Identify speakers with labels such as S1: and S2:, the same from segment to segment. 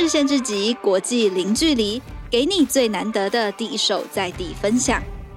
S1: 日线之集，国际零距离，给你最难得的第一手在地分享。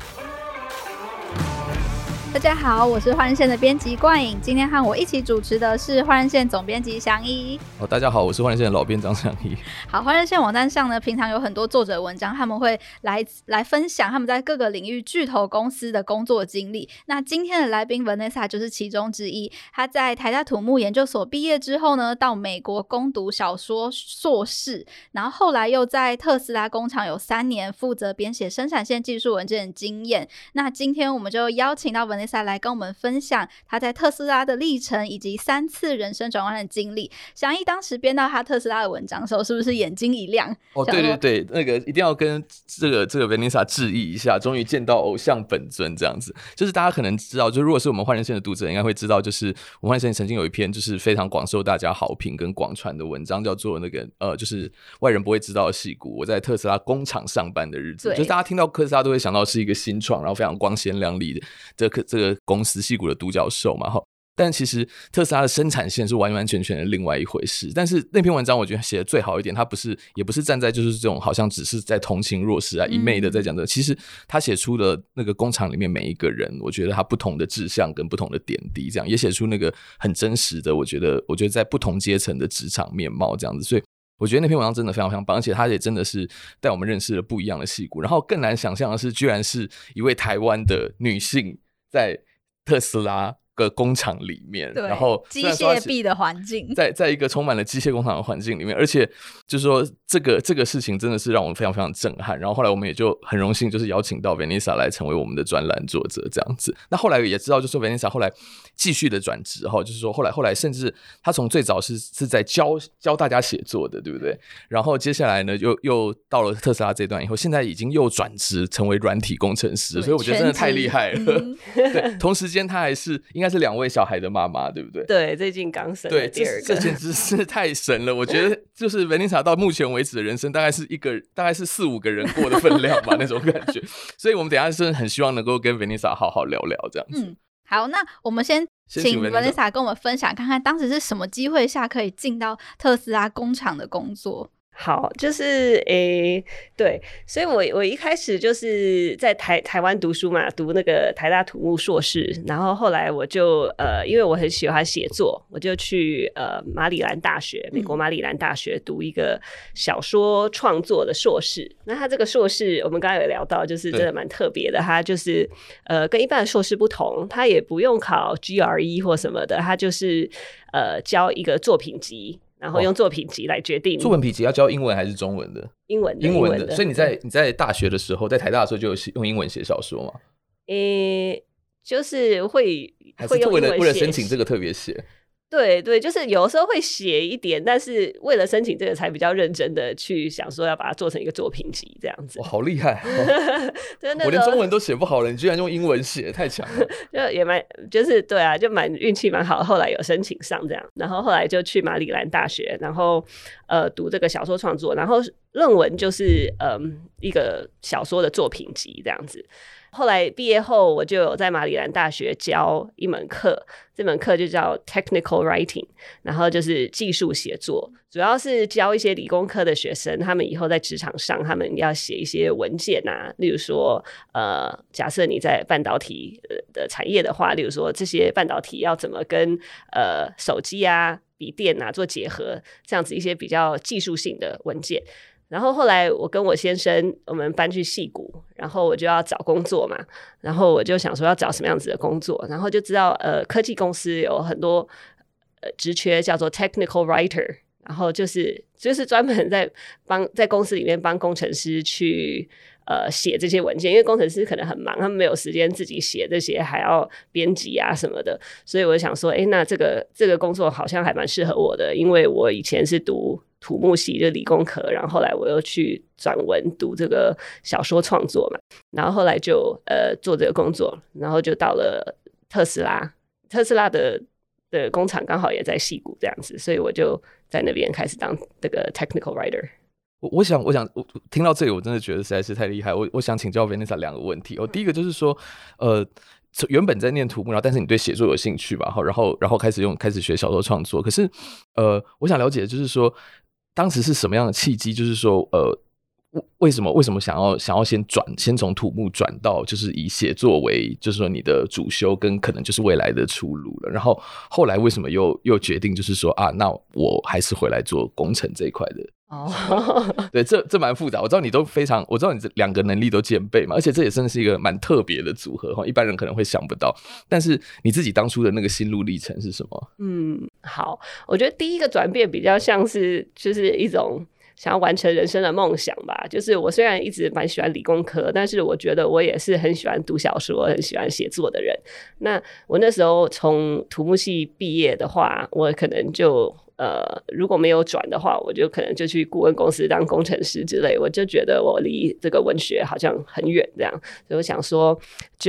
S1: 大家好，我是换日线的编辑冠颖，今天和我一起主持的是换日线总编辑祥一。
S2: 大家好，我是换日线的老编张祥一。
S1: 好，换日线网站上呢，平常有很多作者文章，他们会来分享他们在各个领域巨头公司的工作经历。那今天的来宾 Vanessa 就是其中之一。他在台大土木研究所毕业之后呢，到美国攻读小说硕士，然后后来又在特斯拉工厂有3年负责编写生产线技术文件的经验。那今天我们就邀请到 Vanessa来跟我们分享他在特斯拉的历程，以及3次人生转弯的经历。祥一当时编到他特斯拉的文章的时候，是不是眼睛一亮？
S2: 对对对，那个一定要跟这个 Vanessa 致意一下，终于见到偶像本尊这样子。就是大家可能知道，就如果是我们换人线的读者，应该会知道，就是我们换人线曾经有一篇就是非常广受大家好评跟广传的文章，叫做那个就是外人不会知道的矽谷，我在特斯拉工厂上班的日子。就是大家听到特斯拉都会想到是一个新创，然后非常光鲜亮丽的这个公司矽谷的独角兽嘛，但其实特斯拉的生产线是完完全全的另外一回事。但是那篇文章我觉得写的最好一点，他也不是站在就是这种好像只是在同情弱势啊一昧的在讲的，其实他写出了那个工厂里面每一个人，我觉得他不同的志向跟不同的点滴，这样也写出那个很真实的，我觉得在不同阶层的职场面貌这样子。所以我觉得那篇文章真的非常非常棒，而且它也真的是带我们认识了不一样的矽谷。然后更难想象的是，居然是一位台湾的女性在特斯拉个工厂里面，然后
S1: 机械臂的环境，
S2: 在一个充满了机械工厂的环境里面，而且就是说这个事情真的是让我们非常非常震撼。然后后来我们也就很荣幸，就是邀请到 Vanessa 来成为我们的专栏作者这样子。那后来也知道，就是说 Vanessa 后来继续的转职，就是说后来甚至他从最早是在教大家写作的，对不对？然后接下来呢，又到了特斯拉这段以后，现在已经又转职成为软体工程师，所以我觉得真的太厉害了。对，同时间他还是应该是2位小孩的妈妈，对不对？
S3: 对，最近刚生了第2个。
S2: 这简直是太神了！我觉得就是 Vanessa 到目前为止的人生大概是4-5个人过的分量吧，那种感觉。所以我们等一下真的很希望能够跟 Vanessa 好好聊聊这样子。
S1: 好，那我们先请 Vanessa 跟我们分享看看当时是什么机会下可以进到特斯拉工厂的工作。
S3: 好，就是对，所以我一开始就是在台湾读书嘛，读那个台大土木硕士，然后后来我就因为我很喜欢写作，我就去马里兰大学，美国马里兰大学读一个小说创作的硕士。那他这个硕士我们刚刚有聊到，就是真的蛮特别的，他就是跟一般的硕士不同，他也不用考 GRE 或什么的，他就是教一个作品集，然后用作品集来决定。
S2: 作品集要教英文还是中文的？
S3: 英文的。
S2: 所以你在大学的时候，在台大的时候就有用英文写小说吗？
S3: 就是会用英文写，
S2: 为了申请这个特别写。
S3: 对对，就是有时候会写一点，但是为了申请这个才比较认真的去想说要把它做成一个作品集这样子。
S2: 哇，好厉害！我连中文都写不好了，你居然用英文写，太强了！
S3: 就也就是对啊，就运气蛮好，后来有申请上这样，然后后来就去马里兰大学，然后读这个小说创作，然后论文就是一个小说的作品集这样子。后来毕业后，我就有在马里兰大学教一门课，这门课就叫 Technical Writing， 然后就是技术写作，主要是教一些理工科的学生，他们以后在职场上，他们要写一些文件啊，例如说假设你在半导体的产业的话，例如说这些半导体要怎么跟手机啊、笔电啊做结合，这样子一些比较技术性的文件。然后后来我跟我先生我们搬去矽谷，然后我就要找工作嘛，然后我就想说要找什么样子的工作，然后就知道科技公司有很多职缺叫做 technical writer， 然后就是专门在公司里面帮工程师去写这些文件，因为工程师可能很忙，他们没有时间自己写这些，还要编辑啊什么的，所以我想说那这个工作好像还蛮适合我的，因为我以前是读土木系，就理工科，然后后来我又去转文读这个小说创作嘛，然后后来就做这个工作，然后就到了特斯拉的工厂刚好也在矽谷这样子，所以我就在那边开始当这个 technical writer。
S2: 我想听到这里我真的觉得实在是太厉害。我想请教 Vanessa 2个问题。第一个就是说原本在念土木，但是你对写作有兴趣吧，然后开始学小说创作。可是我想了解的就是说当时是什么样的契机？就是说为什么想要先从土木转到就是以写作为就是说你的主修跟可能就是未来的出路了，然后后来为什么又决定就是说啊，那我还是回来做工程这一块的？对，这蛮复杂。我知道你这两个能力都兼备嘛，而且这也真的是一个蛮特别的组合，一般人可能会想不到。但是你自己当初的那个心路历程是什么？
S3: 好，我觉得第一个转变比较像是就是一种想要完成人生的梦想吧。就是我虽然一直蛮喜欢理工科，但是我觉得我也是很喜欢读小说、很喜欢写作的人。那我那时候从土木系毕业的话，我可能就如果没有转的话，我就可能就去顾问公司当工程师之类。我就觉得我离这个文学好像很远，这样，所以我想说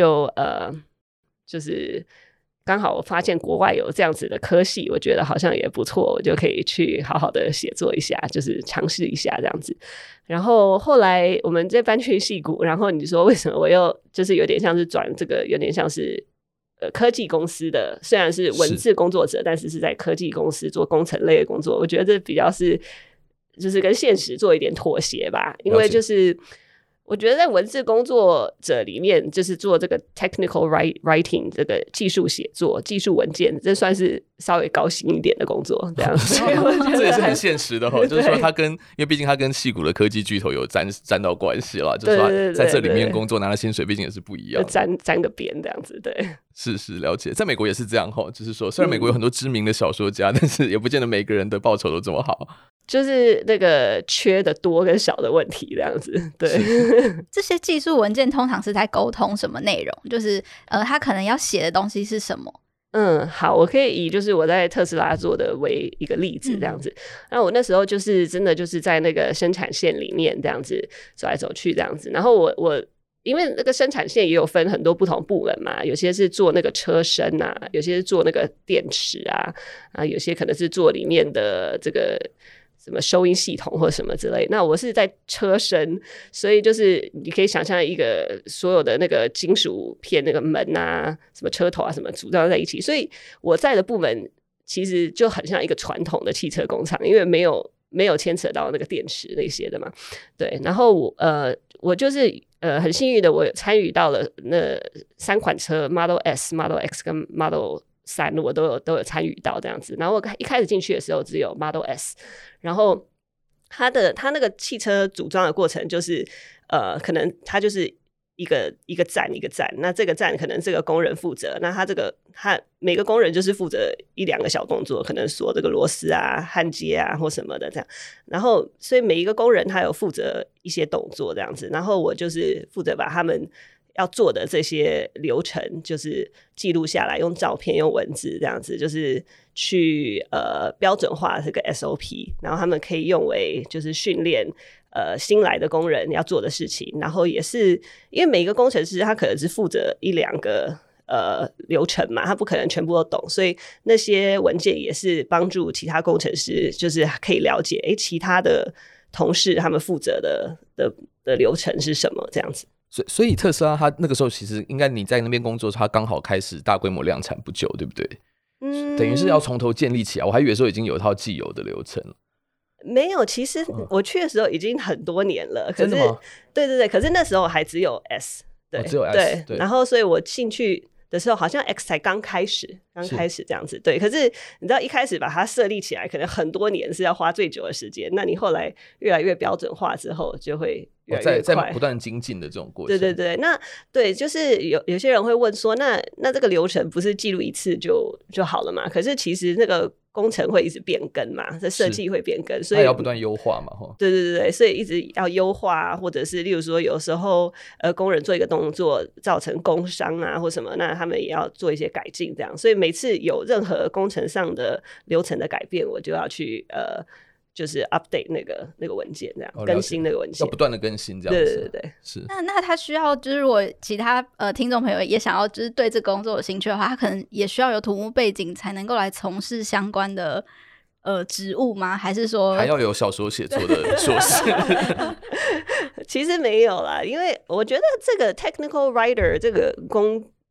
S3: 就是刚好我发现国外有这样子的科系，我觉得好像也不错，我就可以去好好的写作一下，就是尝试一下这样子。然后后来我们再搬去矽谷，然后你说为什么我又就是有点像是转这个，有点像是科技公司的，虽然是文字工作者，但是是在科技公司做工程类的工作。我觉得这比较是就是跟现实做一点妥协吧，因为就是我觉得在文字工作者里面，就是做这个 technical writing 这个技术写作、技术文件，这算是稍微高薪一点的工作，这样子。
S2: 这也是很现实的就是说因为毕竟他跟矽谷的科技巨头有沾到关系啦，就是说在这里面工作拿的薪水毕竟也是不一样的，
S3: 沾个边这样子，对。
S2: 是了解，在美国也是这样就是说虽然美国有很多知名的小说家，但是也不见得每个人的报酬都这么好，
S3: 就是那个缺的多跟少的问题这样子。对，
S1: 这些技术文件通常是在沟通什么内容？就是他可能要写的东西是什么？
S3: 好，我可以以就是我在特斯拉做的为一个例子这样子。那我那时候就是真的就是在那个生产线里面这样子走来走去这样子，然后我因为那个生产线也有分很多不同部门嘛，有些是做那个车身啊，有些是做那个电池啊，有些可能是做里面的这个什么收音系统或什么之类。那我是在车身，所以就是你可以想象一个所有的那个金属片那个门啊，什么车头啊什么组装在一起，所以我在的部门其实就很像一个传统的汽车工厂，因为没有牵扯到那个电池那些的嘛。对，然后我就是很幸运的，我参与到了那3款车 Model S、Model X 跟 Model 3，我都有参与到这样子。然后我一开始进去的时候只有 Model S， 然后它那个汽车组装的过程就是可能它就是一个站一个站，那这个站可能这个工人负责，那他每个工人就是负责1-2个小动作，可能锁这个螺丝啊、焊接啊或什么的这样。然后所以每一个工人他有负责一些动作这样子，然后我就是负责把他们要做的这些流程就是记录下来，用照片用文字这样子，就是去标准化这个 SOP， 然后他们可以用为就是训练新来的工人要做的事情。然后也是因为每一个工程师他可能是负责1-2个流程嘛，他不可能全部都懂，所以那些文件也是帮助其他工程师就是可以了解其他的同事他们负责的流程是什么这样子。
S2: 所以特斯拉他那个时候其实应该你在那边工作，他刚好开始大规模量产不久，对不对？等于是要从头建立起来。我还以为说已经有一套既有的流程了。
S3: 没有，其实我去的时候已经很多年了。可是
S2: 真的吗？
S3: 对，可是那时候还只有 S， 对，
S2: 只有 S，
S3: 对。然后所以我进去的时候好像 X 才刚开始这样子，对。可是你知道一开始把它设立起来可能很多年是要花最久的时间，那你后来越来越标准化之后就会越来越快，
S2: 在不断精进的这种过程。
S3: 对，那对，就是有些人会问说那这个流程不是记录一次就好了嘛？可是其实那个工程会一直变更嘛，这设计会变更，所以
S2: 要不断优化嘛。
S3: 对，所以一直要优化，或者是例如说有时候工人做一个动作造成工伤啊或什么，那他们也要做一些改进这样。所以每次有任何工程上的流程的改变，我就要去就是 update 那个文件这样，更新那个文件，
S2: 要不断的更新这样子。
S3: 对，
S2: 是。
S1: 那他需要就是如果其他听众朋友也想要就是对这个工作有兴趣的话，他可能也需要有土木背景才能够来从事相关的职务吗？还是说
S2: 还要有小说写作的硕士？其
S3: 实没有啦，因为我觉得这个 technical writer 这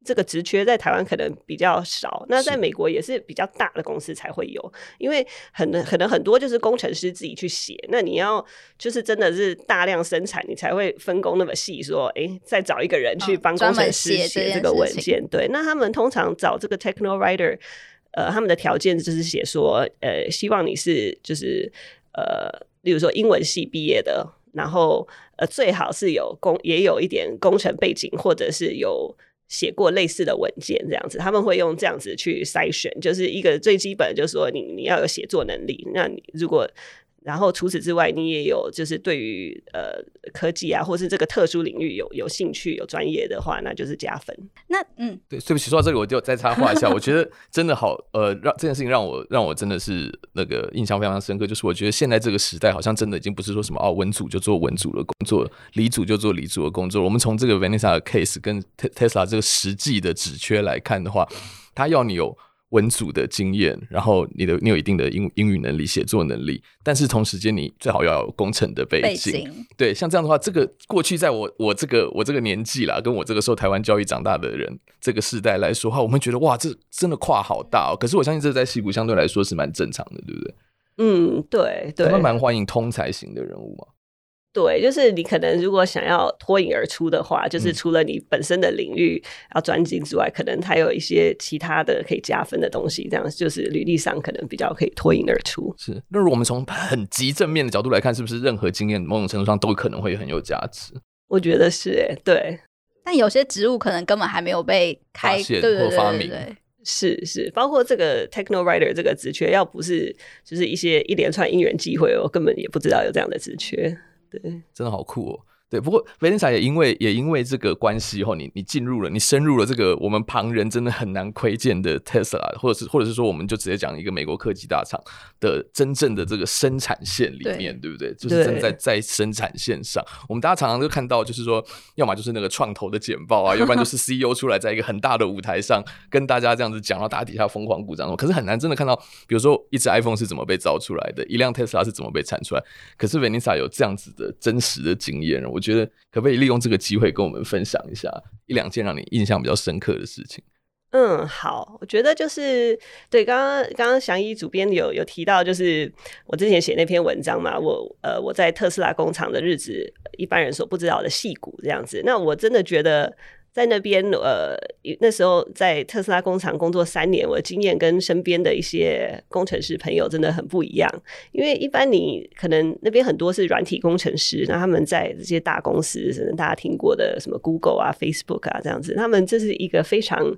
S3: 这个职缺在台湾可能比较少，那在美国也是比较大的公司才会有，因为可能很多就是工程师自己去写，那你要就是真的是大量生产，你才会分工那么细，说再找一个人去帮工程师写这个文件。对，那他们通常找这个 techno writer，他们的条件就是写说，希望你是就是例如说英文系毕业的，然后最好是也有一点工程背景，或者是有写过类似的文件这样子，他们会用这样子去筛选，就是一个最基本的就是说你要有写作能力，那你如果然后除此之外你也有就是对于科技啊或是这个特殊领域有兴趣有专业的话，那就是加分。
S1: 那
S2: 对不起，说到这个我就再插话一下我觉得真的好让这件事情让我真的是那个印象非常深刻，就是我觉得现在这个时代好像真的已经不是说什么文组就做文组的工作，理组就做理组的工作。我们从这个 Vanessa 的 case 跟 Tesla 这个实际的职缺来看的话，他要你有文组的经验，然后你有一定的英语能力、写作能力，但是同时间你最好要有工程的背景。对，像这样的话，这个过去在我这个年纪啦，跟我这个受台湾教育长大的人这个世代来说的话，我们觉得哇，这真的跨好大可是我相信这在矽谷相对来说是蛮正常的，对不对？
S3: 对，
S2: 他们蛮欢迎通才型的人物嘛。
S3: 对，就是你可能如果想要脱颖而出的话，就是除了你本身的领域要专精之外，可能还有一些其他的可以加分的东西，这样就是履历上可能比较可以脱颖而出。
S2: 是，那如果我们从很极正面的角度来看，是不是任何经验某种程度上都可能会很有价值？
S3: 我觉得是对。
S1: 但有些职务可能根本还没有被
S2: 发现或发明。
S3: 是，包括这个 techno writer 这个职缺，要不是就是一连串因缘际会，我根本也不知道有这样的职缺。对，
S2: 真的好酷对，不过 Vanessa 也因为这个关系后，你进入了，你深入了这个我们旁人真的很难窥见的 Tesla， 或者是说我们就直接讲一个美国科技大厂的真正的这个生产线里面， 对不对？就是真的在生产线上，我们大家常常就看到，就是说，要么就是那个创投的简报啊，要不然就是 CEO 出来在一个很大的舞台上跟大家这样子讲，然后大家底下疯狂鼓掌。可是很难真的看到，比如说一只 iPhone 是怎么被造出来的，一辆 Tesla 是怎么被产出来。可是 Vanessa 有这样子的真实的经验，我觉得可不可以利用这个机会跟我们分享一下一两件让你印象比较深刻的事情？
S3: 好，我觉得就是对，刚刚祥一主编有提到，就是我之前写那篇文章嘛，我在特斯拉工厂的日子，一般人所不知道的矽谷这样子。那我真的觉得在那边那时候在特斯拉工厂工作3年，我的经验跟身边的一些工程师朋友真的很不一样。因为一般你可能那边很多是软体工程师，那他们在这些大公司，可能大家听过的什么 Google 啊 Facebook 啊这样子，他们这是一个非常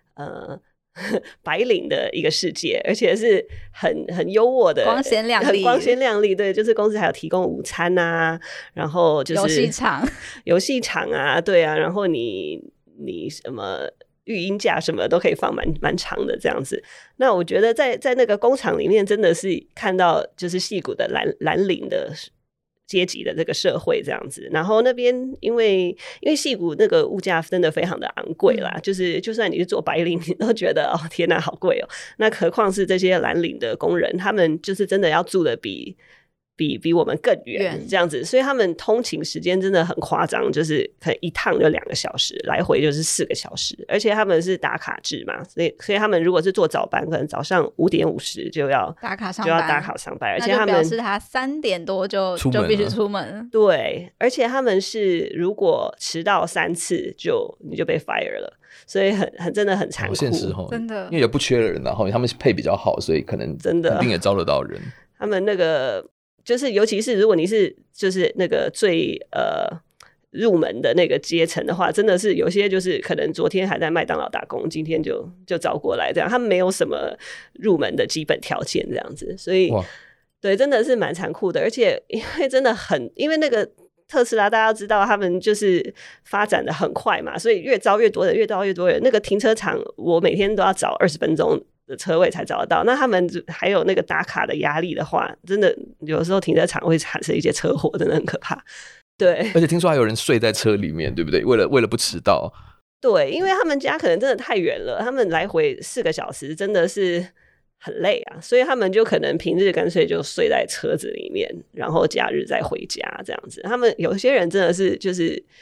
S3: 白领的一个世界，而且是很优渥的，
S1: 光鲜亮丽，
S3: 很光鲜亮丽。对，就是公司还有提供午餐啊，然后就是游戏场啊，对啊，然后你什么育婴假什么都可以放蛮长的这样子。那我觉得在那个工厂里面，真的是看到就是矽谷的蓝领的阶级的这个社会这样子。然后那边因为矽谷那个物价真的非常的昂贵啦，就是就算你是做白领，你都觉得天哪好贵那何况是这些蓝领的工人，他们就是真的要住的比我们更远这样子，所以他们通勤时间真的很夸张，就是可能一趟就2个小时，来回就是4个小时，而且他们是打卡制嘛，所以他们如果是做早班，可能早上5点50就要打卡上班，而且他们
S1: 表示他3点多就必须出门。
S3: 对，而且他们是如果迟到3次你就被 fire 了，所以真的很残酷，
S2: 现实
S1: 真的，
S2: 因为也不缺人，然后他们配比较好，所以可能真的肯定也招得到人。
S3: 他们那个就是尤其是如果你是就是那个最入门的那个阶层的话，真的是有些就是可能昨天还在麦当劳打工，今天就招过来这样，他们没有什么入门的基本条件这样子，所以对，真的是蛮残酷的。而且因为那个特斯拉大家知道他们就是发展的很快嘛，所以越招越多人，那个停车场我每天都要找20分钟的车位才找得到，那他们还有那个打卡的压力的话，真的有时候停车场会产生一些车祸，真的很可怕。对，
S2: 而且听说还有人睡在车里面，对不对？为了不迟到。
S3: 对，因为他们家可能真的太远了，他们来回4个小时真的是很累啊，所以他们就可能平日干脆就睡在车子里面，然后假日再回家这样子。他们有些人真的是就是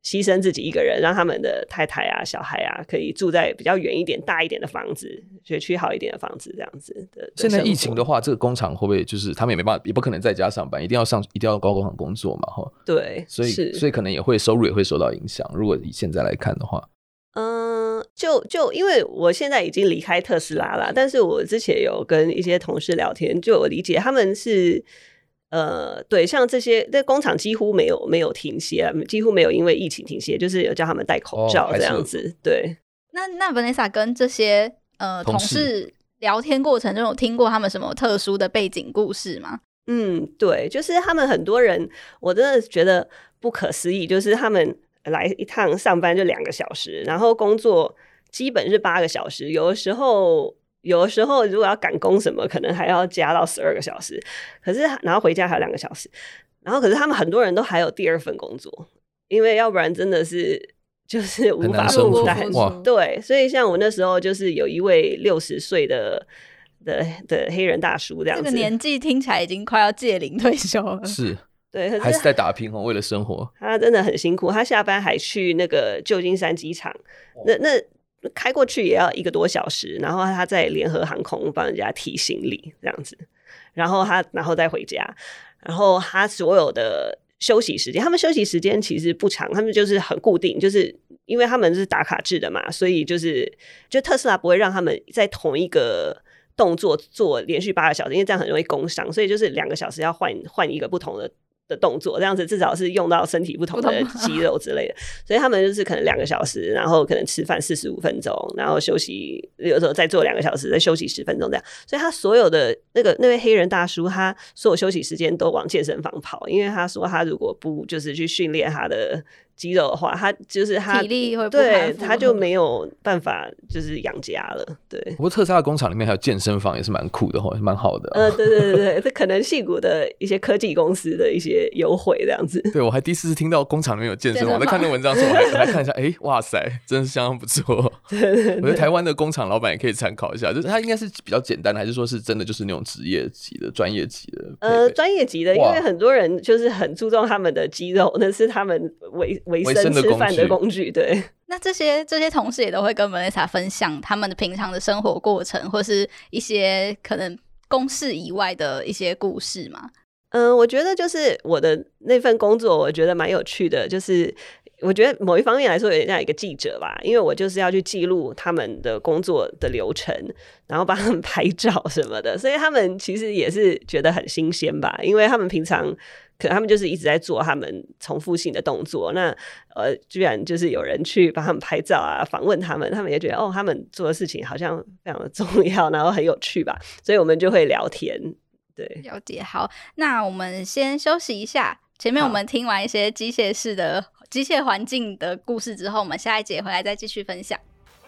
S3: 牺牲自己一个人，让他们的太太啊、小孩啊，可以住在比较远一点、大一点的房子，学区好一点的房子，这样子的。
S2: 现在疫情的话，这个工厂会不会就是他们也没办法，也不可能在家上班，一定要到工厂工作嘛？哈，
S3: 对，
S2: 所以可能收入也会受到影响。如果以现在来看的话，
S3: 就因为我现在已经离开特斯拉了，但是我之前有跟一些同事聊天，就有理解他们是。对，像这些工厂几乎没有停歇，几乎没有因为疫情停歇，就是有叫他们戴口罩这样子。对，
S1: 那 Vanessa 跟这些同事聊天过程中有听过他们什么特殊的背景故事吗？
S3: 对，就是他们很多人，我真的觉得不可思议，就是他们来一趟上班就2个小时，然后工作基本是8个小时，有的时候如果要赶工什么，可能还要加到12个小时。可是然后回家还有2个小时，然后可是他们很多人都还有第2份工作，因为要不然真的是就是无法负担。对，所以像我那时候就是有一位60岁的黑人大叔这样子，
S1: 这个年纪听起来已经快要届龄退休了。
S2: 是。
S3: 对，可是
S2: 还是在打拼为了生活。
S3: 他真的很辛苦，他下班还去那个旧金山机场，那开过去也要1个多小时，然后他在联合航空帮人家提行李这样子，然后再回家，然后他所有的休息时间，他们休息时间其实不长，他们就是很固定，就是因为他们是打卡制的嘛，所以就特斯拉不会让他们在同一个动作做连续8个小时，因为这样很容易工伤，所以就是2个小时要换一个不同的动作，这样子至少是用到身体不同的肌肉之类的，所以他们就是可能2个小时，然后可能吃饭45分钟，然后休息，有时候再做2个小时，再休息10分钟这样。所以他所有的那位黑人大叔，他所有休息时间都往健身房跑，因为他说他如果不就是去训练他的肌肉的话，他
S1: 体力会不
S3: 对，他就没有办法就是养家了。对，
S2: 不过特斯拉的工厂里面还有健身房，也是蛮酷的齁，蛮好的。
S3: 对，这可能矽谷的一些科技公司的一些优惠这样子。
S2: 对，我还第一次听到工厂里面有健身房，我在看那文章的时候，我还看一下，哇塞，真是相当不错。我觉得台湾的工厂老板也可以参考一下，就是他应该是比较简单的，还是说是真的就是那种职业级的、专业级的？专业级的，因为很多人就是很注重他们的肌肉，那是他们维生吃饭的工具。对，
S1: 那这些同事也都会跟 Vanessa 分享他们的平常的生活过程，或是一些可能公事以外的一些故事吗？
S3: 我觉得就是我的那份工作，我觉得蛮有趣的，就是我觉得某一方面来说有点像一个记者吧，因为我就是要去记录他们的工作的流程，然后帮他们拍照什么的，所以他们其实也是觉得很新鲜吧，因为他们平常可能他们就是一直在做他们重复性的动作，那居然就是有人去帮他们拍照啊，访问他们也觉得他们做的事情好像非常的重要，然后很有趣吧，所以我们就会聊天。对，
S1: 了解。好，那我们先休息一下。前面我们听完一些机械环境的故事之后，我们下一节回来再继续分享。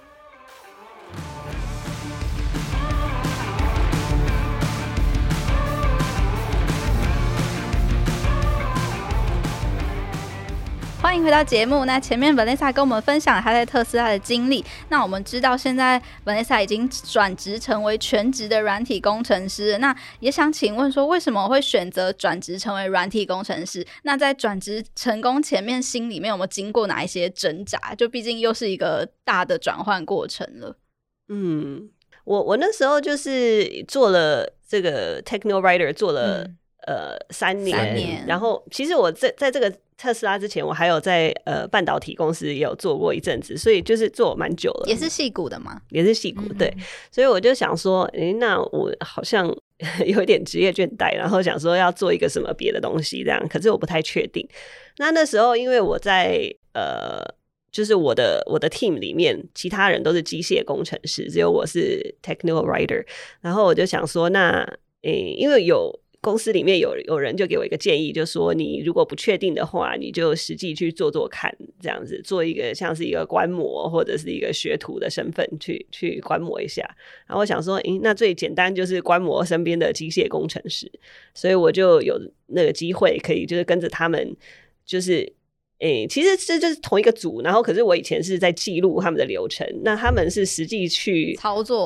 S1: 欢迎回到节目。那前面 Vanessa 跟我们分享了她在特斯拉的经历。那我们知道现在 Vanessa 已经转职成为全职的软体工程师。那也想请问说，为什么会选择转职成为软体工程师？那在转职成功前面，心里面有没有经过哪一些挣扎？就毕竟又是一个大的转换过程了。
S3: 我那时候就是做了这个 Techno Writer 做了3年，然后其实我在这个特斯拉之前，我还有在半导体公司也有做过一阵子，所以就是做蛮久了。
S1: 也是矽谷的吗？
S3: 也是矽谷，对。所以我就想说，那我好像有一点职业倦怠，然后想说要做一个什么别的东西这样，可是我不太确定。那时候因为我在就是我的 team 里面其他人都是机械工程师，只有我是 technical writer， 然后我就想说因为公司里面有人就给我一个建议，就说你如果不确定的话，你就实际去做做看，这样子做一个像是一个观摩或者是一个学徒的身份去观摩一下。然后我想说那最简单就是观摩身边的机械工程师，所以我就有那个机会可以就是跟着他们，就是其实这就是同一个组，然后可是我以前是在记录他们的流程，那他们是实际去
S1: 操作。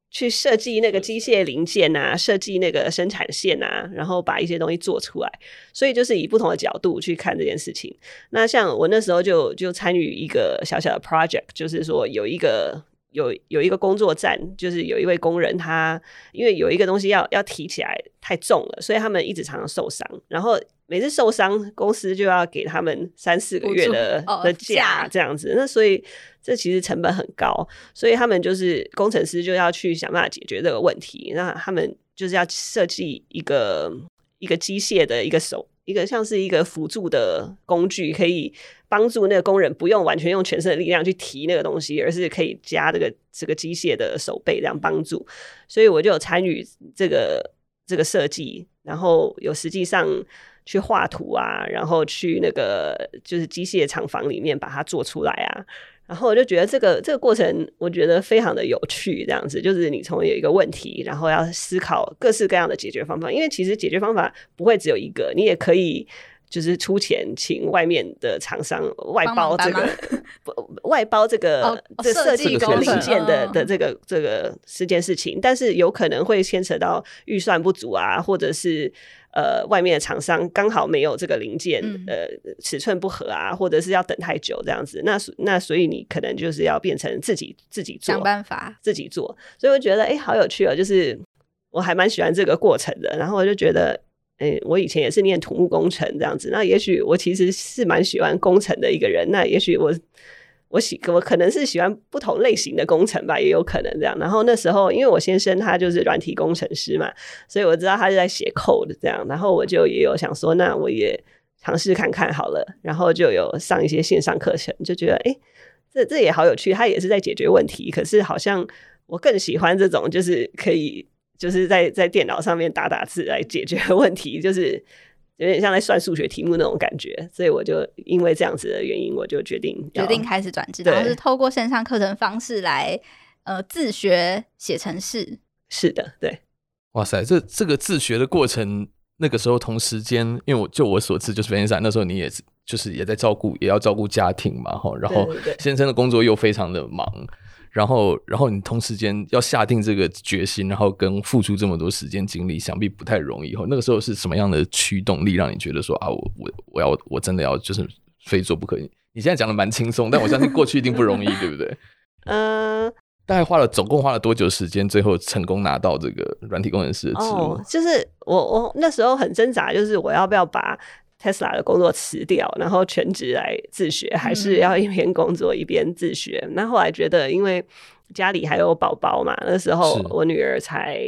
S3: 去设计那个机械零件啊，设计那个生产线啊，然后把一些东西做出来。所以就是以不同的角度去看这件事情。那像我那时候就参与一个小小的 project， 就是说有一个工作站，就是有一位工人他因为有一个东西要提起来太重了，所以他们一直常常受伤，然后每次受伤公司就要给他们3-4个月的假这样子。那所以这其实成本很高，所以他们就是工程师就要去想办法解决这个问题。那他们就是要设计一个机械的一个像是一个辅助的工具，可以帮助那个工人不用完全用全身的力量去提那个东西，而是可以加这个机械的手背这样帮助。所以我就有参与这个设计，然后有实际上去画图啊，然后去那个就是机械厂房里面把它做出来啊。然后我就觉得这个过程我觉得非常的有趣，这样子就是你从有一个问题，然后要思考各式各样的解决方法，因为其实解决方法不会只有一个，你也可以就是出钱请外面的厂商外包这个外包这个设计这个零件的这个件事情，但是有可能会牵扯到预算不足啊，或者是外面的厂商刚好没有这个零件，尺寸不合啊，或者是要等太久这样子，那所以你可能就是要变成自己做，
S1: 想办法
S3: 自己做。所以我觉得好有趣哦，就是我还蛮喜欢这个过程的。然后我就觉得我以前也是念土木工程这样子，那也许我其实是蛮喜欢工程的一个人，那也许我可能是喜欢不同类型的工程吧，也有可能这样。然后那时候因为我先生他就是软体工程师嘛，所以我知道他是在写 code 这样，然后我就也有想说那我也尝试看看好了，然后就有上一些线上课程，就觉得这也好有趣，他也是在解决问题，可是好像我更喜欢这种就是可以就是在电脑上面打字来解决问题，就是有点像在算数学题目那种感觉。所以我就因为这样子的原因，我就决定
S1: 开始转职，然后是透过线上课程方式来自学写程式。
S3: 是的，对。
S2: 哇塞，这个自学的过程，那个时候同时间，因为我所知就是 Vanessa 那时候你也就是也在也要照顾家庭嘛，然后先生的工作又非常的忙，然后你同时间要下定这个决心，然后跟付出这么多时间精力，想必不太容易。那个时候是什么样的驱动力让你觉得说啊，我真的要就是非做不可？你现在讲的蛮轻松，但我相信过去一定不容易，对不对？大概总共花了多久时间，最后成功拿到这个软体工程师的职务？
S3: 就是我那时候很挣扎，就是我要不要把 Tesla 的工作辞掉，然后全职来自学，还是要一边工作一边自学。那后来觉得因为家里还有宝宝嘛，那时候我女儿才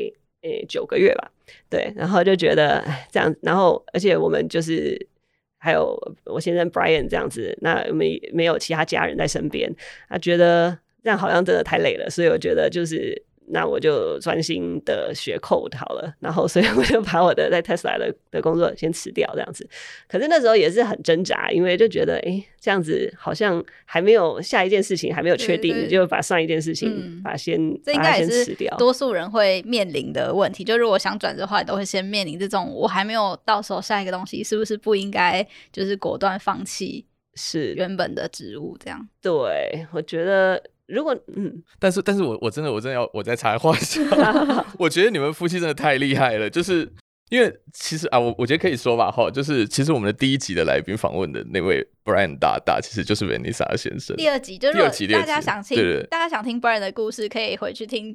S3: 9个月吧，对，然后就觉得这样，然后而且我们就是还有我先生 Brian 这样子，那没有其他家人在身边，他觉得这样好像真的太累了，所以我觉得就是那我就专心的学 code 好了，然后所以我就把我的在 Tesla 的工作先辞掉这样子。可是那时候也是很挣扎，因为就觉得这样子好像还没有下一件事情还没有确定，就把上一件事情
S1: 这应该也是
S3: 辞掉。
S1: 多数人会面临的问题，就如果想转的话，都会先面临这种我还没有到手下一个东西，是不是不应该就是果断放弃原本的职务这样。
S3: 对，我觉得如果
S2: 但是我真的要我再插话一下我觉得你们夫妻真的太厉害了，就是因为其实我觉得可以说吧，就是其实我们的第一集的来宾访问的那位 Brian 大其实就是 Vanessa 先生。
S1: 第二集就是如果大家想听大家想听 Brian 的故事，可以回去听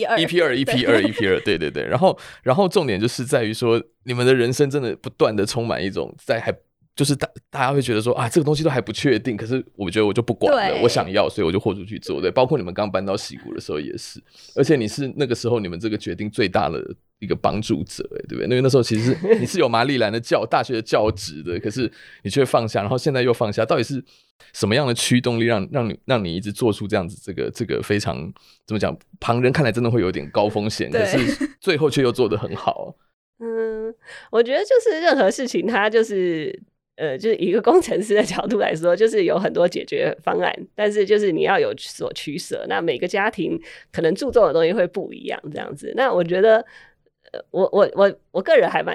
S1: EP2
S2: 对对对。然后重点就是在于说你们的人生真的不断的充满一种就是大家会觉得说这个东西都还不确定，可是我觉得我就不管了，我想要，所以我就豁出去做。对，包括你们刚搬到矽谷的时候也是，而且你是那个时候你们这个决定最大的一个帮助者，对不对？因为那时候其实你是有马里兰的大学的教职的，可是你却放下，然后现在又放下，到底是什么样的驱动力让你一直做出这样子这个非常怎么讲，旁人看来真的会有点高风险，可是最后却又做得很好。
S3: 我觉得就是任何事情它就是就是以一个工程师的角度来说，就是有很多解决方案，但是就是你要有所取舍。那每个家庭可能注重的东西会不一样，这样子。那我觉得，我个人还蛮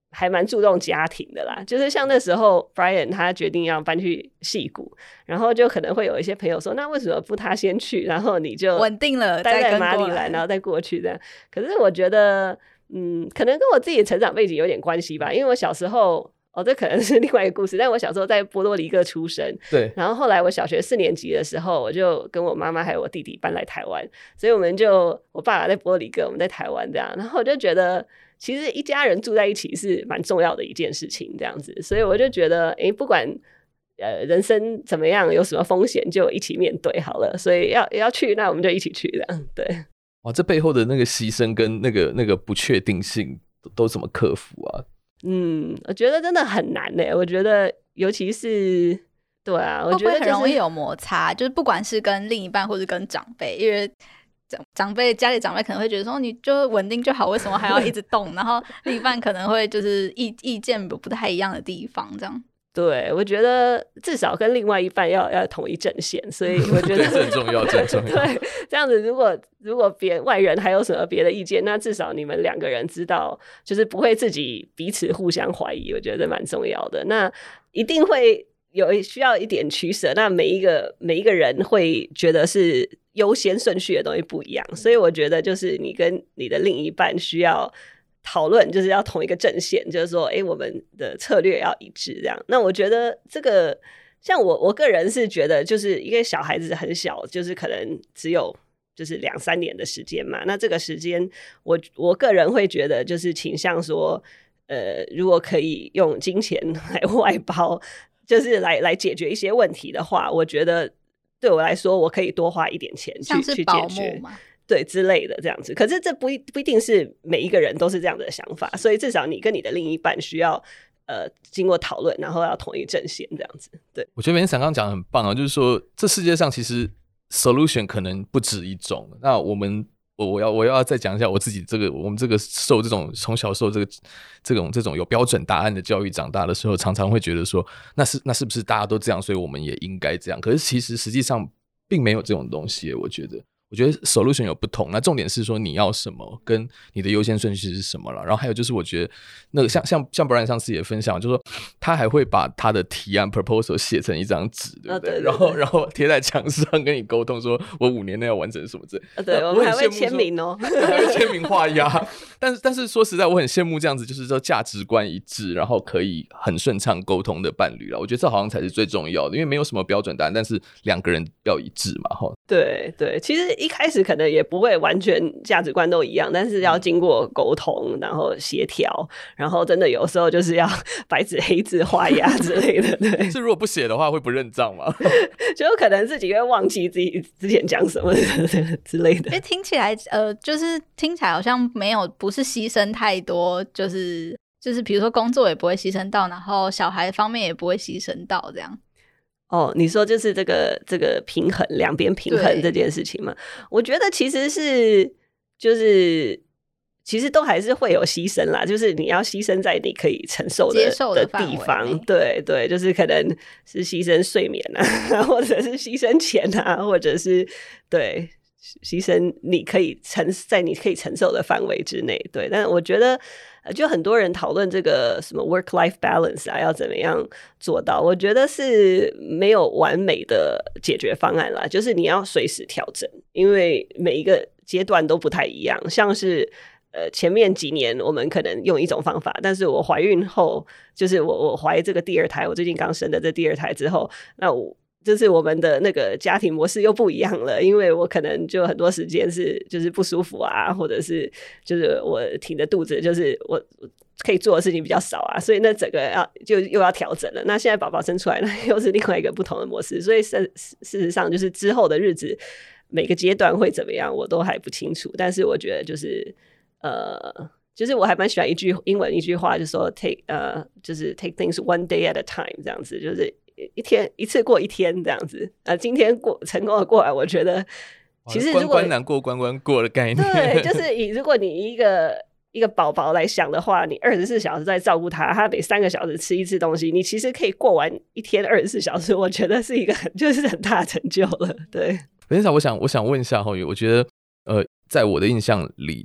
S3: 还蛮注重家庭的啦，就是像那时候 Brian 他决定要搬去矽谷，然后就可能会有一些朋友说，那为什么不他先去，然后你就
S1: 稳定了
S3: 待在
S1: 再跟过来
S3: 马里兰，然后再过去这样。可是我觉得可能跟我自己的成长背景有点关系吧，因为我小时候这可能是另外一个故事，但我小时候在波多黎各出生，
S2: 对，
S3: 然后后来我小学4年级的时候，我就跟我妈妈还有我弟弟搬来台湾，所以我爸爸在波多黎各，我们在台湾这样，然后我就觉得其实一家人住在一起是蛮重要的一件事情这样子，所以我就觉得不管人生怎么样有什么风险就一起面对好了，所以要去那我们就一起去这样。对，
S2: 哇，这背后的那个牺牲跟那个不确定性都怎么克服啊？
S3: 我觉得真的很难耶，我觉得尤其是对啊，我觉得、
S1: 会不会很容易有摩擦，就是不管是跟另一半或是跟长辈，因为家里长辈可能会觉得说你就稳定就好，为什么还要一直动？然后另一半可能会就是意见不太一样的地方，这样。
S3: 对，我觉得至少跟另外一半要统一阵线，所以我觉得
S2: 这很重要，这很重要。
S3: 对，这样子如果外人还有什么别的意见，那至少你们2个人知道，就是不会自己彼此互相怀疑，我觉得蛮重要的。那一定会需要一点取舍，那每一个人会觉得是优先顺序的东西不一样，所以我觉得就是你跟你的另一半需要讨论，就是要同一个阵线，就是说我们的策略要一致这样。那我觉得这个像我个人是觉得就是一个小孩子很小，就是可能只有就是2-3年的时间嘛，那这个时间我个人会觉得就是倾向说如果可以用金钱来外包，就是来解决一些问题的话，我觉得对我来说我可以多花一点钱去解决对之类的这样子。可是这不一定是每一个人都是这样的想法，所以至少你跟你的另一半需要经过讨论，然后要统一阵线这样子。对，
S2: 我觉得Vanessa刚刚讲的很棒啊，就是说这世界上其实 solution 可能不止一种。那我要再讲一下我自己我们这个受这种从小受这种有标准答案的教育长大的时候，常常会觉得说那是不是大家都这样，所以我们也应该这样？可是其实实际上并没有这种东西，我觉得 solution 有不同，那重点是说你要什么，跟你的优先顺序是什么了。然后还有就是我觉得那个像 Brian 上次也分享，就是说他还会把他的提案 proposal 写成一张纸，对不对？然后贴在墙上跟你沟通说我5年内要完成什么之类的。
S3: 对，我们还会签名哦，
S2: 还会签名画押。但是说实在，我很羡慕这样子，就是说价值观一致，然后可以很顺畅沟通的伴侣啦。我觉得这好像才是最重要的，因为没有什么标准答案，但是2个人要一致嘛。
S3: 对对，其实一开始可能也不会完全价值观都一样，但是要经过沟通，然后协调，然后真的有时候就是要白纸黑字画押之类的。对，
S2: 是如果不写的话会不认账吗？
S3: 就可能自己会忘记自己之前讲什么之类的。
S1: 因为听起来就是听起来好像不是牺牲太多，就是比如说工作也不会牺牲到，然后小孩方面也不会牺牲到这样。
S3: 你说就是这个平衡，两边平衡这件事情嘛，我觉得其实是就是其实都还是会有牺牲啦，就是你要牺牲在你可以承受的地方，对对，就是可能是牺牲睡眠啊，或者是牺牲钱啊，或者是对牺牲你可以在你可以承受的范围之内，对。但我觉得就很多人讨论这个什么 work-life balance 啊，要怎么样做到，我觉得是没有完美的解决方案啦，就是你要随时调整，因为每一个阶段都不太一样，像是前面几年我们可能用一种方法，但是我怀孕后，就是我怀这个第2胎，我最近刚生的这第2胎之后，那就是我们的那个家庭模式又不一样了，因为我可能就很多时间是就是不舒服啊，或者是就是我挺着肚子，就是我可以做的事情比较少啊，所以那整个又要调整了。那现在宝宝生出来，那又是另外一个不同的模式，所以事实上就是之后的日子每个阶段会怎么样，我都还不清楚。但是我觉得就是就是我还蛮喜欢英文一句话，就是说就是 take things one day at a time 这样子，就是一次过一天这样子。今天成功的过来，我觉得其实如果
S2: 关难过关过的概念，
S3: 对，就是如果你一个宝宝来想的话，你24小时在照顾他，他每3个小时吃一次东西，你其实可以过完一天24小时，我觉得是一个就是很大的成就了。对，
S2: Vanessa，我想问一下我觉得在我的印象里，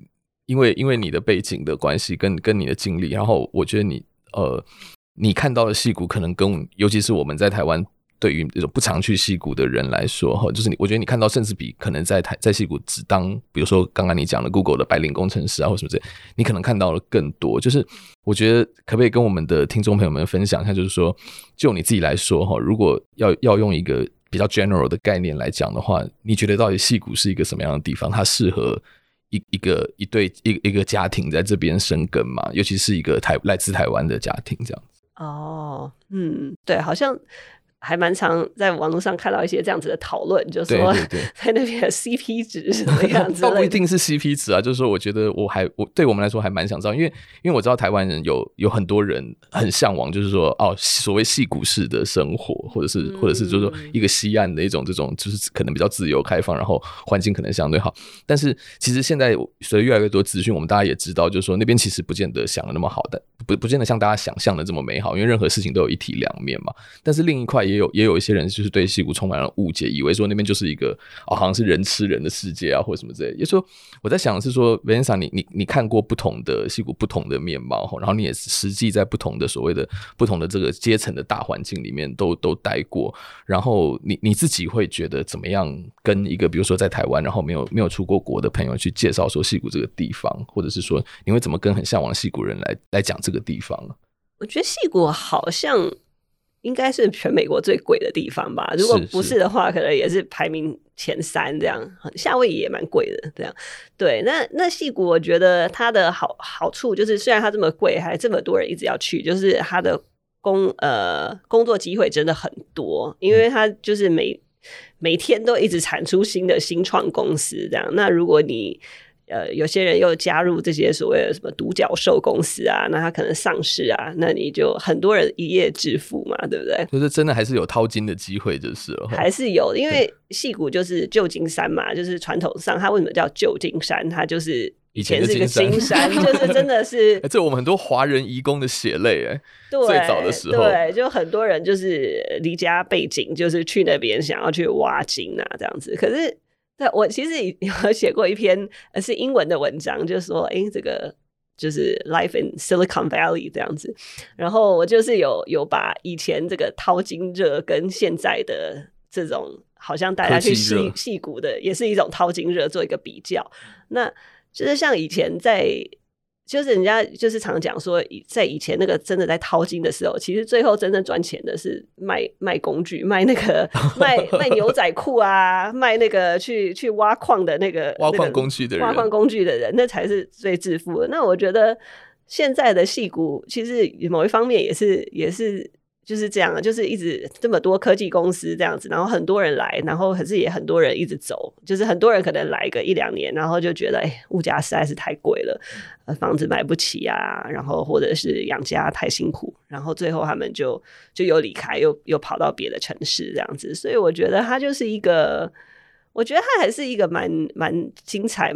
S2: 因为你的背景的关系跟你的经历，然后我觉得你看到的矽谷可能尤其是我们在台湾对于这种不常去矽谷的人来说，就是我觉得你看到甚至比可能在矽谷只当比如说刚刚你讲的 Google 的白领工程师啊或什么之类，你可能看到了更多。就是我觉得可不可以跟我们的听众朋友们分享一下，就是说就你自己来说，如果要用一个比较 general 的概念来讲的话，你觉得到底矽谷是一个什么样的地方？它适合一个家庭在这边生根嘛？尤其是一个来自台湾的家庭这样子。
S3: 对，好像还蛮常在网络上看到一些这样子的讨论，就说在那边的 CP 值是什么样子。
S2: 倒不一定是 CP 值啊，就是说我觉得对我们来说还蛮想知道，因为我知道台湾人有很多人很向往，就是说所谓矽谷式的生活，或者是就是说一个西岸的一种这种就是可能比较自由开放，然后环境可能相对好。但是其实现在随着越来越多资讯，我们大家也知道，就是说那边其实不见得想的那么好，但不见得像大家想象的这么美好，因为任何事情都有一体两面嘛。但是另一块也有一些人就是对矽谷充满了误解，以为说那边就是一个好像是人吃人的世界啊，或者什么之类的。也就是说我在想的是说 Vanessa 你看过不同的矽谷不同的面貌，然后你也实际在不同的所谓的不同的这个阶层的大环境里面都待过，然后你自己会觉得怎么样跟一个比如说在台湾然后没有出过国的朋友去介绍说矽谷这个地方，或者是说你会怎么跟很向往的矽谷人来讲这个地方？
S3: 我觉得矽谷好像应该是全美国最贵的地方吧，如果不是的话可能也是排名前3这样，夏威夷也蛮贵的这样。对，那矽谷我觉得它的好处就是虽然它这么贵还这么多人一直要去，就是它的工作机会真的很多，因为它就是每天都一直产出新创公司这样。那如果你有些人又加入这些所谓的什么独角兽公司啊，那他可能上市啊，那你就很多人一夜致富嘛，对不对？
S2: 就是真的还是有淘金的机会就是了，
S3: 还是有，因为矽谷就是旧金山嘛，就是传统上它为什么叫旧金山，它就是以前是一个金山就是真的是
S2: 这我们很多华人移工的血泪
S3: 对，
S2: 最早的时候
S3: 对，就很多人就是离家背景就是去那边想要去挖金啊这样子。可是对，我其实有写过一篇是英文的文章，就是说这个就是 Life in Silicon Valley 这样子，然后我就是有把以前这个淘金热跟现在的这种好像大家去矽谷的也是一种淘金热做一个比较。那就是像以前就是人家就是常讲说在以前那个真的在淘金的时候，其实最后真正赚钱的是卖工具，卖那个卖牛仔裤啊，卖那个去挖矿的那个
S2: 挖矿工具的
S3: 人，那才是最致富的。那我觉得现在的矽谷其实某一方面也是就是这样，就是一直这么多科技公司这样子，然后很多人来，然后可是也很多人一直走，就是很多人可能来个1-2年，然后就觉得物价实在是太贵了，房子买不起啊，然后或者是养家太辛苦，然后最后他们就又离开，又跑到别的城市这样子。所以我觉得它就是一个，我觉得它还是一个蛮精彩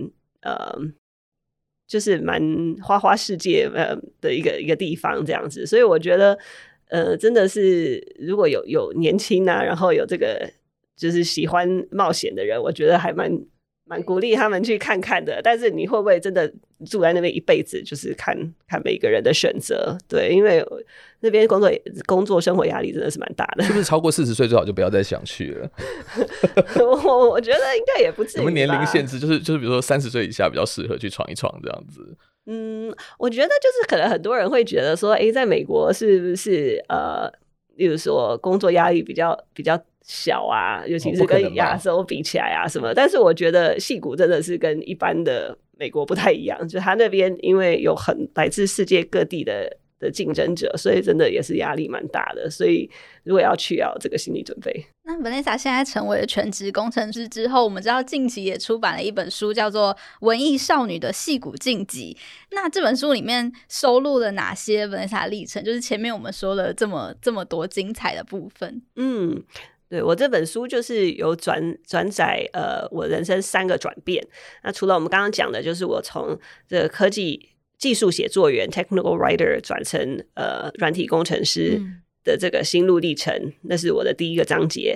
S3: 就是蛮花世界的一个地方这样子。所以我觉得真的是如果有年轻啊，然后有这个就是喜欢冒险的人，我觉得还蛮鼓励他们去看看的。但是你会不会真的住在那边一辈子，就是看每个人的选择。对，因为那边工作生活压力真的是蛮大的。
S2: 是不是超过40岁最好就不要再想去了？
S3: 我觉得应该也不至于吧。
S2: 有没有年龄限制？就是比如说30岁以下比较适合去闯一闯这样子。
S3: 我觉得就是可能很多人会觉得说在美国是不是例如说工作压力比较小啊，尤其是跟亚洲比起来啊什么。但是我觉得矽谷真的是跟一般的美国不太一样，就他那边因为有来自世界各地的竞争者，所以真的也是压力蛮大的。所以如果要去，要有这个心理准备。
S1: 那 Vanessa 现在成为了全职工程师之后，我们知道近期也出版了一本书，叫做《文艺少女的矽谷禁忌》。那这本书里面收录了哪些 Vanessa 的历程？就是前面我们说了这么多精彩的部分。
S3: 对，我这本书就是有转载我人生3个转变。那除了我们刚刚讲的，就是我从这个科技技术写作员 technical writer 转成软体工程师的这个心路历程，那是我的第一个章节。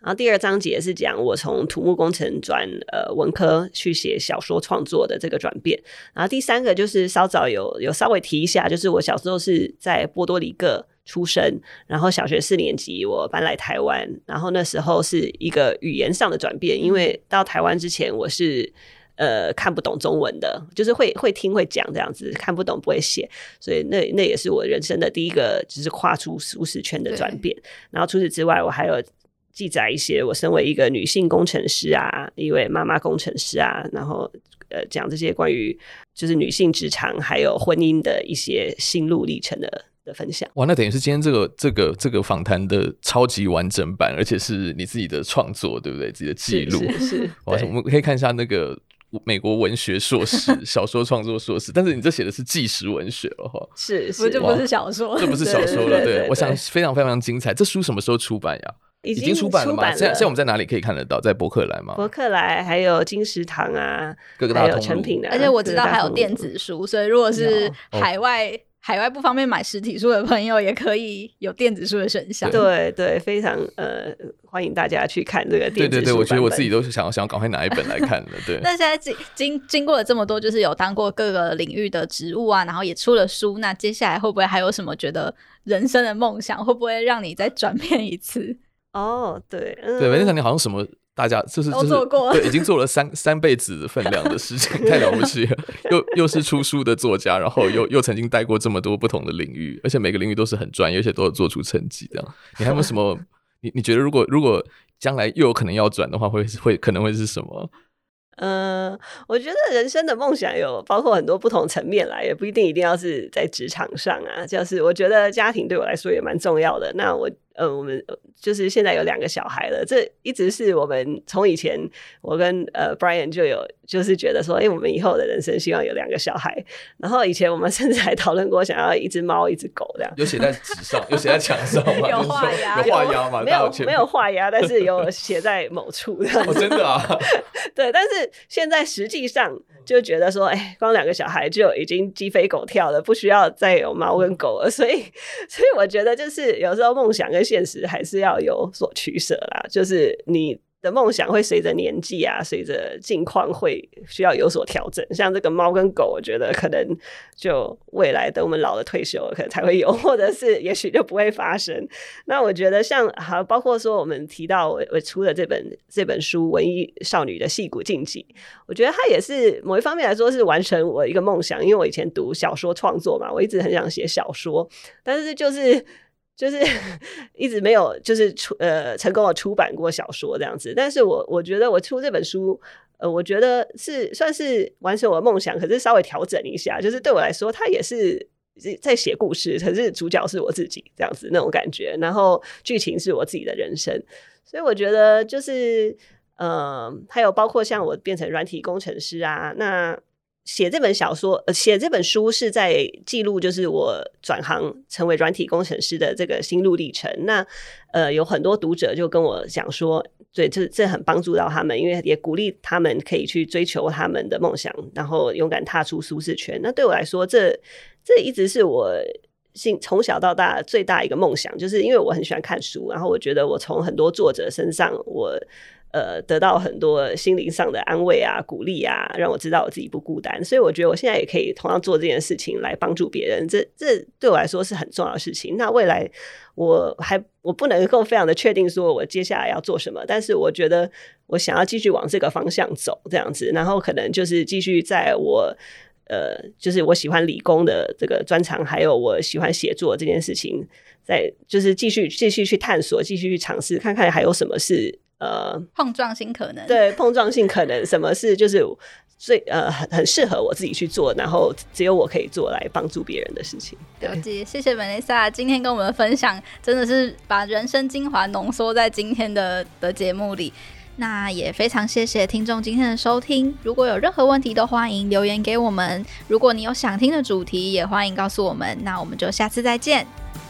S3: 然后第二章节是讲我从土木工程转文科去写小说创作的这个转变。然后第三个就是稍早有稍微提一下，就是我小时候是在波多黎各出生，然后小学4年级我搬来台湾，然后那时候是一个语言上的转变，因为到台湾之前我是看不懂中文的，就是会听会讲这样子，看不懂不会写，所以那也是我人生的第一个就是跨出舒适圈的转变。然后除此之外我还有记载一些我身为一个女性工程师啊，一位妈妈工程师啊，然后讲这些关于就是女性职场还有婚姻的一些心路历程的分享。
S2: 哇，那等于是今天这个访谈的超级完整版，而且是你自己的创作，对不对？自己的记录
S3: 是。
S2: 哇，我们可以看一下那个美国文学硕士小说创作硕士，但是你这写的是纪实文学了哈，
S3: 是
S1: 这不是小说，
S2: 这不是小说了，对，我想非常非常精彩。这书什么时候出版呀？已经出版了吗？现在我们在哪里可以看得到？在博客来吗？
S3: 博客来还有金石堂啊，
S2: 各个大通路，
S3: 还有成品的，
S1: 而且我知道还有电子书，所以如果是海外不方便买实体书的朋友，也可以有电子书的选项。
S3: 对对，非常欢迎大家去看这个电子书。
S2: 对，我觉得我自己都想要赶快拿一本来看了。对。
S1: 那现在经过了这么多，就是有当过各个领域的职务啊，然后也出了书，那接下来会不会还有什么觉得人生的梦想，会不会让你再转变一次？
S3: 哦，对，
S2: 对，Vanessa你好像什么大家就是
S1: 都做过，
S2: 对，已经做了三辈子分量的事情，太了不起了。又是出书的作家，然后又曾经待过这么多不同的领域，而且每个领域都是很专业，而且都有做出成绩这样。你还有没有什么？你觉得如果将来又有可能要转的话，可能会是什么？
S3: 我觉得人生的梦想有包括很多不同层面啦，也不一定要是在职场上啊。就是我觉得家庭对我来说也蛮重要的。那我们就是现在有2个小孩了，这一直是我们从以前我跟Brian 就是觉得说，我们以后的人生希望有2个小孩。然后以前我们甚至还讨论过想要一只猫一只狗这样。
S2: 有写在纸上，有写在墙上吗？
S1: 有画押，
S2: 有画押吗？
S3: 没有画押，但是有写在某处这样子。
S2: 真的啊？
S3: 对，但是现在实际上就觉得说，光2个小孩就已经鸡飞狗跳了，不需要再有猫跟狗了。所以我觉得就是有时候梦想跟现实还是要有所取舍啦。就是你的梦想会随着年纪啊，随着境况会需要有所调整。像这个猫跟狗，我觉得可能就未来等我们老了退休了可能才会有，或者是也许就不会发生。那我觉得像包括说我们提到我出的这本书《文艺少女的矽谷禁忌》，我觉得它也是某一方面来说是完成我一个梦想。因为我以前读小说创作嘛，我一直很想写小说，但是就是一直没有就是成功的出版过小说这样子。但是我觉得我出这本书我觉得是算是完成我的梦想，可是稍微调整一下，就是对我来说它也是在写故事，可是主角是我自己这样子那种感觉，然后剧情是我自己的人生。所以我觉得就是还有包括像我变成软体工程师啊，那写这本写这本书是在记录就是我转行成为软体工程师的这个心路历程。那有很多读者就跟我讲说，对，这很帮助到他们，因为也鼓励他们可以去追求他们的梦想，然后勇敢踏出舒适圈。那对我来说这一直是我从小到大最大一个梦想，就是因为我很喜欢看书，然后我觉得我从很多作者身上我得到很多心灵上的安慰啊、鼓励啊，让我知道我自己不孤单。所以我觉得我现在也可以同样做这件事情来帮助别人，这对我来说是很重要的事情。那未来我不能够非常的确定说我接下来要做什么，但是我觉得我想要继续往这个方向走这样子，然后可能就是继续在我就是我喜欢理工的这个专长，还有我喜欢写作这件事情，就是继续去探索，继续去尝试，看看还有什么是
S1: 碰撞性可能。
S3: 对，碰撞性可能，什么是就是最很适合我自己去做，然后只有我可以做来帮助别人的事情。
S1: 了解，谢谢 Vanessa 今天跟我们的分享，真的是把人生精华浓缩在今天的节目里。那也非常谢谢听众今天的收听，如果有任何问题都欢迎留言给我们，如果你有想听的主题也欢迎告诉我们，那我们就下次再见。